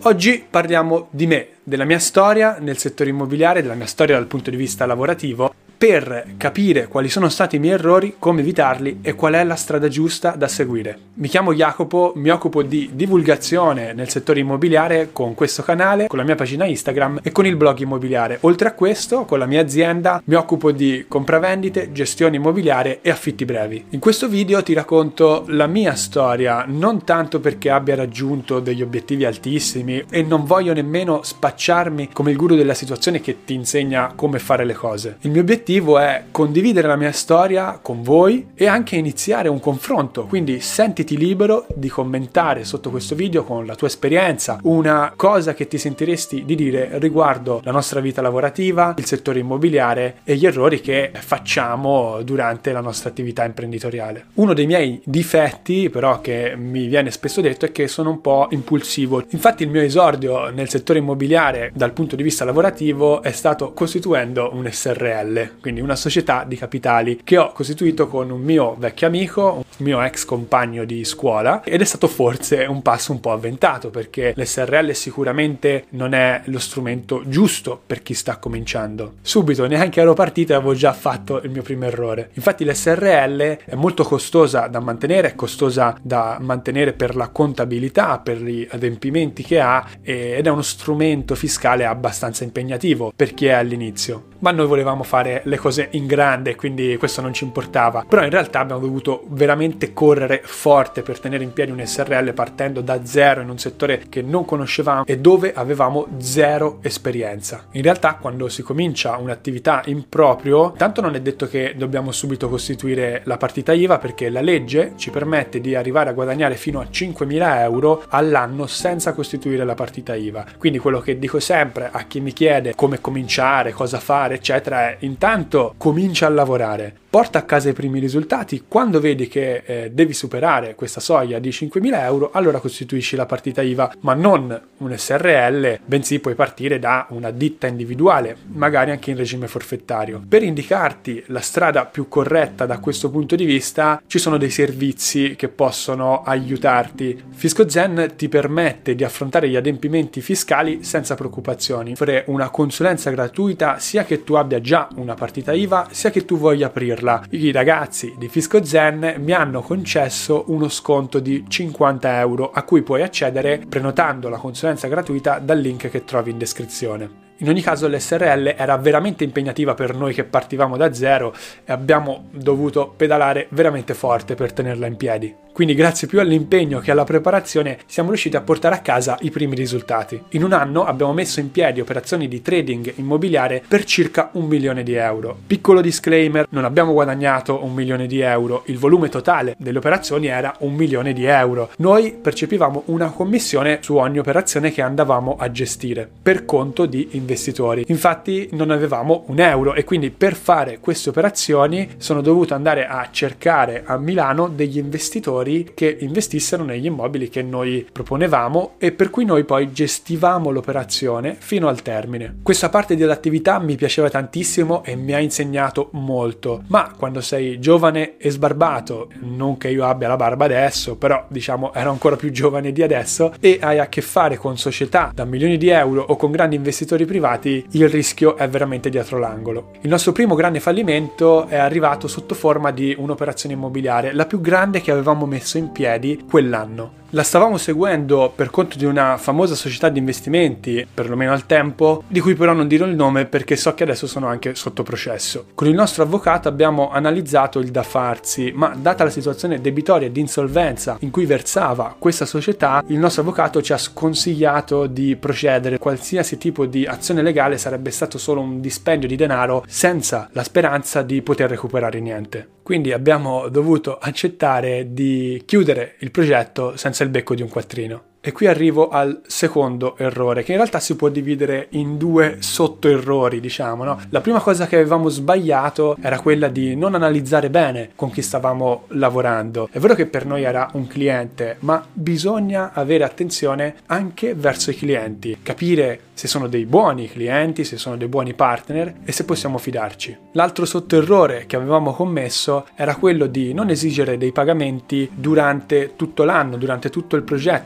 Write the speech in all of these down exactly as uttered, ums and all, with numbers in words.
Oggi parliamo di me, della mia storia nel settore immobiliare, della mia storia dal punto di vista lavorativo, per capire quali sono stati i miei errori, come evitarli e qual è la strada giusta da seguire. Mi chiamo Jacopo, mi occupo di divulgazione nel settore immobiliare con questo canale, con la mia pagina Instagram e con il blog immobiliare. Oltre a questo, con la mia azienda mi occupo di compravendite, gestione immobiliare e affitti brevi. In questo video ti racconto la mia storia, non tanto perché abbia raggiunto degli obiettivi altissimi e non voglio nemmeno spacciarmi come il guru della situazione che ti insegna come fare le cose. Il mio obiettivo è condividere la mia storia con voi e anche iniziare un confronto, quindi sentiti libero di commentare sotto questo video con la tua esperienza una cosa che ti sentiresti di dire riguardo la nostra vita lavorativa, il settore immobiliare e gli errori che facciamo durante la nostra attività imprenditoriale. Uno dei miei difetti però che mi viene spesso detto è che sono un po' impulsivo. Infatti il mio esordio nel settore immobiliare dal punto di vista lavorativo è stato costituendo un S R L, quindi una società di capitali che ho costituito con un mio vecchio amico, un mio ex compagno di scuola, ed è stato forse un passo un po' avventato perché l'S R L sicuramente non è lo strumento giusto per chi sta cominciando. Subito, neanche ero partito e avevo già fatto il mio primo errore. Infatti l'S R L è molto costosa da mantenere, è costosa da mantenere per la contabilità, per gli adempimenti che ha ed è uno strumento fiscale abbastanza impegnativo per chi è all'inizio. Ma noi volevamo fare le cose in grande, quindi questo non ci importava. Però in realtà abbiamo dovuto veramente correre forte per tenere in piedi un S R L partendo da zero in un settore che non conoscevamo e dove avevamo zero esperienza. In realtà quando si comincia un'attività in proprio, tanto non è detto che dobbiamo subito costituire la partita I V A, perché la legge ci permette di arrivare a guadagnare fino a cinquemila euro all'anno senza costituire la partita I V A. Quindi quello che dico sempre a chi mi chiede come cominciare, cosa fare, eccetera, è intanto comincia a lavorare, porta a casa i primi risultati. Quando vedi che eh, devi superare questa soglia di cinquemila euro, allora costituisci la partita I V A, ma non un S R L, bensì puoi partire da una ditta individuale, magari anche in regime forfettario. Per indicarti la strada più corretta da questo punto di vista ci sono dei servizi che possono aiutarti. FiscoZen ti permette di affrontare gli adempimenti fiscali senza preoccupazioni, offre una consulenza gratuita sia che tu abbia già una partita I V A sia che tu voglia aprirla. I ragazzi di FiscoZen mi hanno concesso uno sconto di cinquanta euro a cui puoi accedere prenotando la consulenza gratuita dal link che trovi in descrizione. In ogni caso l'S R L era veramente impegnativa per noi che partivamo da zero e abbiamo dovuto pedalare veramente forte per tenerla in piedi. Quindi grazie più all'impegno che alla preparazione siamo riusciti a portare a casa i primi risultati. In un anno abbiamo messo in piedi operazioni di trading immobiliare per circa un milione di euro. Piccolo disclaimer, non abbiamo guadagnato un milione di euro, il volume totale delle operazioni era un milione di euro. Noi percepivamo una commissione su ogni operazione che andavamo a gestire per conto di investitori. Infatti non avevamo un euro e quindi per fare queste operazioni sono dovuto andare a cercare a Milano degli investitori che investissero negli immobili che noi proponevamo e per cui noi poi gestivamo l'operazione fino al termine. Questa parte dell'attività mi piaceva tantissimo e mi ha insegnato molto, ma quando sei giovane e sbarbato, non che io abbia la barba adesso, però diciamo ero ancora più giovane di adesso, e hai a che fare con società da milioni di euro o con grandi investitori privati, il rischio è veramente dietro l'angolo. Il nostro primo grande fallimento è arrivato sotto forma di un'operazione immobiliare, la più grande che avevamo messo in piedi quell'anno. La stavamo seguendo per conto di una famosa società di investimenti, perlomeno al tempo, di cui però non dirò il nome perché so che adesso sono anche sotto processo. Con il nostro avvocato abbiamo analizzato il da farsi, ma data la situazione debitoria e di insolvenza in cui versava questa società, il nostro avvocato ci ha sconsigliato di procedere. Qualsiasi tipo di azione legale sarebbe stato solo un dispendio di denaro senza la speranza di poter recuperare niente. Quindi abbiamo dovuto accettare di chiudere il progetto senza il becco di un quattrino. E qui arrivo al secondo errore, che in realtà si può dividere in due sottoerrori, diciamo, no? La prima cosa che avevamo sbagliato era quella di non analizzare bene con chi stavamo lavorando. È vero che per noi era un cliente, ma bisogna avere attenzione anche verso i clienti, capire se sono dei buoni clienti, se sono dei buoni partner e se possiamo fidarci. L'altro sottoerrore che avevamo commesso era quello di non esigere dei pagamenti durante tutto l'anno, durante tutto il progetto, quindi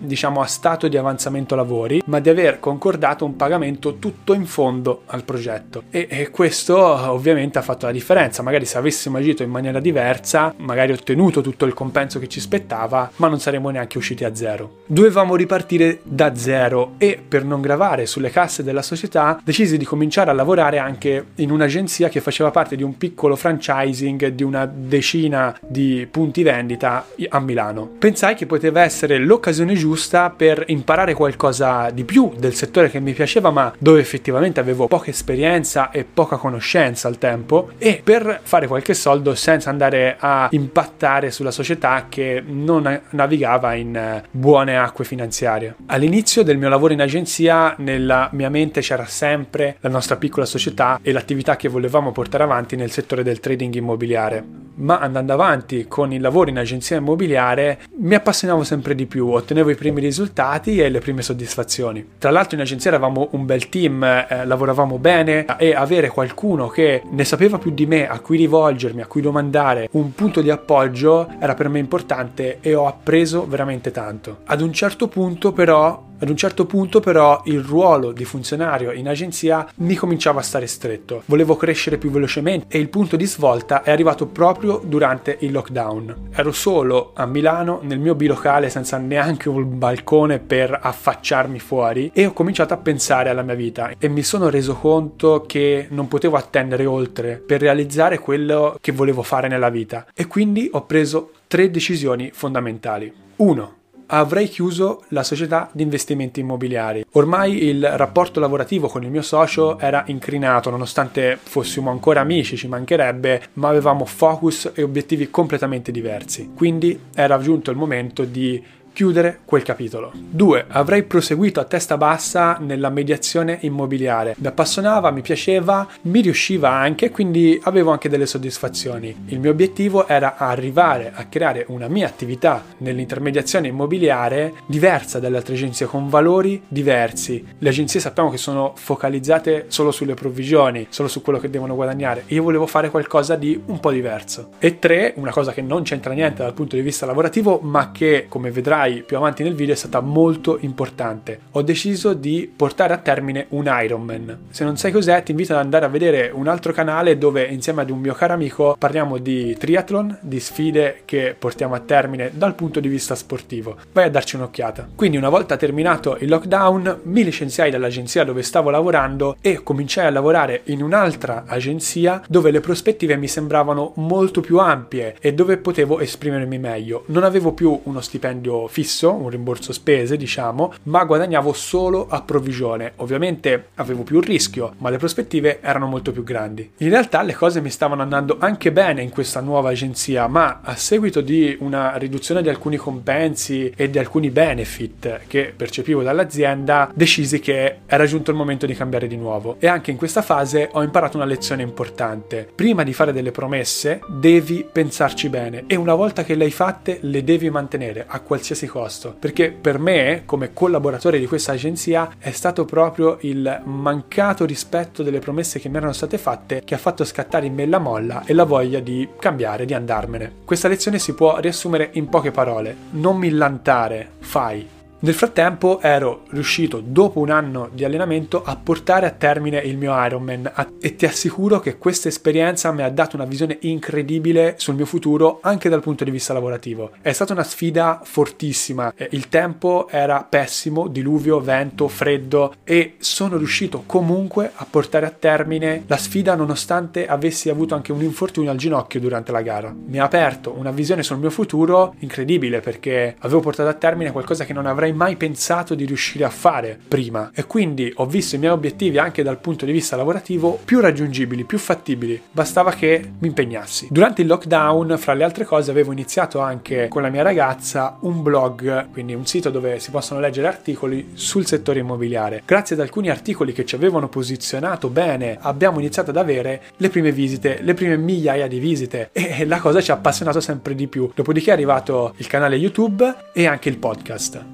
diciamo a stato di avanzamento lavori, ma di aver concordato un pagamento tutto in fondo al progetto. E, e questo ovviamente ha fatto la differenza. Magari se avessimo agito in maniera diversa, magari ottenuto tutto il compenso che ci spettava, ma non saremmo neanche usciti a zero. Dovevamo ripartire da zero e per non gravare sulle casse della società decisi di cominciare a lavorare anche in un'agenzia che faceva parte di un piccolo franchising di una decina di punti vendita a Milano. Pensai che poteva essere l'occasione giusta per imparare qualcosa di più del settore che mi piaceva, ma dove effettivamente avevo poca esperienza e poca conoscenza al tempo, e per fare qualche soldo senza andare a impattare sulla società che non navigava in buone acque finanziarie. All'inizio del mio lavoro in agenzia nella mia mente c'era sempre la nostra piccola società e l'attività che volevamo portare avanti nel settore del trading immobiliare, ma andando avanti con il lavoro in agenzia immobiliare mi appassionavo sempre di più, ottenevo i primi risultati e le prime soddisfazioni. Tra l'altro in agenzia eravamo un bel team, eh, lavoravamo bene, e avere qualcuno che ne sapeva più di me, a cui rivolgermi, a cui domandare un punto di appoggio era per me importante e ho appreso veramente tanto. Ad un certo punto però Ad un certo punto però il ruolo di funzionario in agenzia mi cominciava a stare stretto. Volevo crescere più velocemente e il punto di svolta è arrivato proprio durante il lockdown. Ero solo a Milano nel mio bilocale senza neanche un balcone per affacciarmi fuori e ho cominciato a pensare alla mia vita e mi sono reso conto che non potevo attendere oltre per realizzare quello che volevo fare nella vita, e quindi ho preso tre decisioni fondamentali. uno. Avrei chiuso la società di investimenti immobiliari. Ormai il rapporto lavorativo con il mio socio era incrinato, nonostante fossimo ancora amici, ci mancherebbe, ma avevamo focus e obiettivi completamente diversi. Quindi era giunto il momento di chiudere quel capitolo. due. Avrei proseguito a testa bassa nella mediazione immobiliare. Mi appassionava, mi piaceva, mi riusciva anche, quindi avevo anche delle soddisfazioni. Il mio obiettivo era arrivare a creare una mia attività nell'intermediazione immobiliare diversa dalle altre agenzie, con valori diversi. Le agenzie sappiamo che sono focalizzate solo sulle provvigioni, solo su quello che devono guadagnare. Io volevo fare qualcosa di un po' diverso. E tre, una cosa che non c'entra niente dal punto di vista lavorativo, ma che, come vedrai più avanti nel video, è stata molto importante. Ho deciso di portare a termine un Ironman. Se non sai cos'è, ti invito ad andare a vedere un altro canale dove insieme ad un mio caro amico parliamo di triathlon, di sfide che portiamo a termine dal punto di vista sportivo. Vai a darci un'occhiata. Quindi una volta terminato il lockdown mi licenziai dall'agenzia dove stavo lavorando e cominciai a lavorare in un'altra agenzia dove le prospettive mi sembravano molto più ampie e dove potevo esprimermi meglio. Non avevo più uno stipendio fisso, un rimborso spese diciamo, ma guadagnavo solo a provvigione. Ovviamente avevo più rischio, ma le prospettive erano molto più grandi. In realtà le cose mi stavano andando anche bene in questa nuova agenzia, ma a seguito di una riduzione di alcuni compensi e di alcuni benefit che percepivo dall'azienda, decisi che era giunto il momento di cambiare di nuovo. E anche in questa fase ho imparato una lezione importante. Prima di fare delle promesse devi pensarci bene e una volta che le hai fatte le devi mantenere a qualsiasi costo, perché per me come collaboratore di questa agenzia è stato proprio il mancato rispetto delle promesse che mi erano state fatte che ha fatto scattare in me la molla e la voglia di cambiare, di andarmene. Questa lezione si può riassumere in poche parole: non millantare, fai. Nel frattempo ero riuscito, dopo un anno di allenamento, a portare a termine il mio Ironman e ti assicuro che questa esperienza mi ha dato una visione incredibile sul mio futuro anche dal punto di vista lavorativo. È stata una sfida fortissima, il tempo era pessimo, diluvio, vento, freddo, e sono riuscito comunque a portare a termine la sfida nonostante avessi avuto anche un infortunio al ginocchio durante la gara. Mi ha aperto una visione sul mio futuro incredibile, perché avevo portato a termine qualcosa che non avrei mai pensato di riuscire a fare prima, e quindi ho visto i miei obiettivi anche dal punto di vista lavorativo più raggiungibili, più fattibili. Bastava che mi impegnassi. Durante il lockdown, fra le altre cose, avevo iniziato anche con la mia ragazza un blog, quindi un sito dove si possono leggere articoli sul settore immobiliare. Grazie ad alcuni articoli che ci avevano posizionato bene, abbiamo iniziato ad avere le prime visite, le prime migliaia di visite, e la cosa ci ha appassionato sempre di più. Dopodiché è arrivato il canale YouTube e anche il podcast.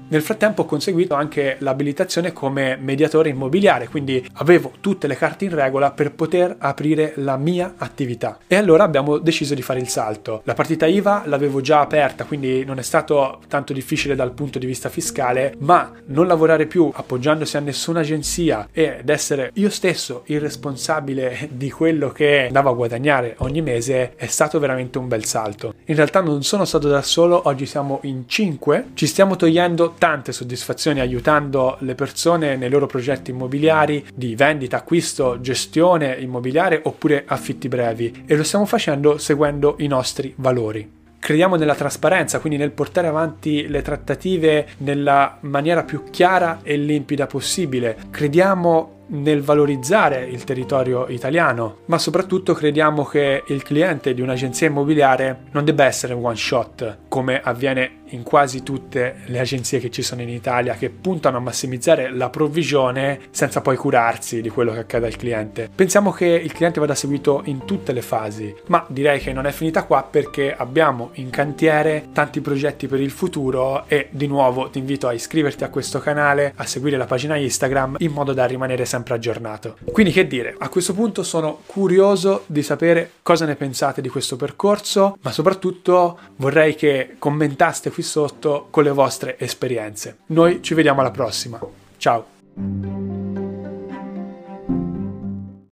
Nel frattempo ho conseguito anche l'abilitazione come mediatore immobiliare, quindi avevo tutte le carte in regola per poter aprire la mia attività. E allora abbiamo deciso di fare il salto. La partita I V A l'avevo già aperta, quindi non è stato tanto difficile dal punto di vista fiscale, ma non lavorare più appoggiandosi a nessuna agenzia ed essere io stesso il responsabile di quello che andavo a guadagnare ogni mese è stato veramente un bel salto. In realtà non sono stato da solo, oggi siamo in cinque, ci stiamo togliendo tante soddisfazioni aiutando le persone nei loro progetti immobiliari di vendita, acquisto, gestione immobiliare oppure affitti brevi, e lo stiamo facendo seguendo i nostri valori. Crediamo nella trasparenza, quindi nel portare avanti le trattative nella maniera più chiara e limpida possibile. Crediamo nel valorizzare il territorio italiano, ma soprattutto crediamo che il cliente di un'agenzia immobiliare non debba essere un one shot, come avviene in quasi tutte le agenzie che ci sono in Italia, che puntano a massimizzare la provvigione senza poi curarsi di quello che accade al cliente. Pensiamo che il cliente vada seguito in tutte le fasi, ma direi che non è finita qua, perché abbiamo in cantiere tanti progetti per il futuro e di nuovo ti invito a iscriverti a questo canale, a seguire la pagina Instagram in modo da rimanere sempre sempre aggiornato. Quindi che dire, a questo punto sono curioso di sapere cosa ne pensate di questo percorso, ma soprattutto vorrei che commentaste qui sotto con le vostre esperienze. Noi ci vediamo alla prossima. Ciao!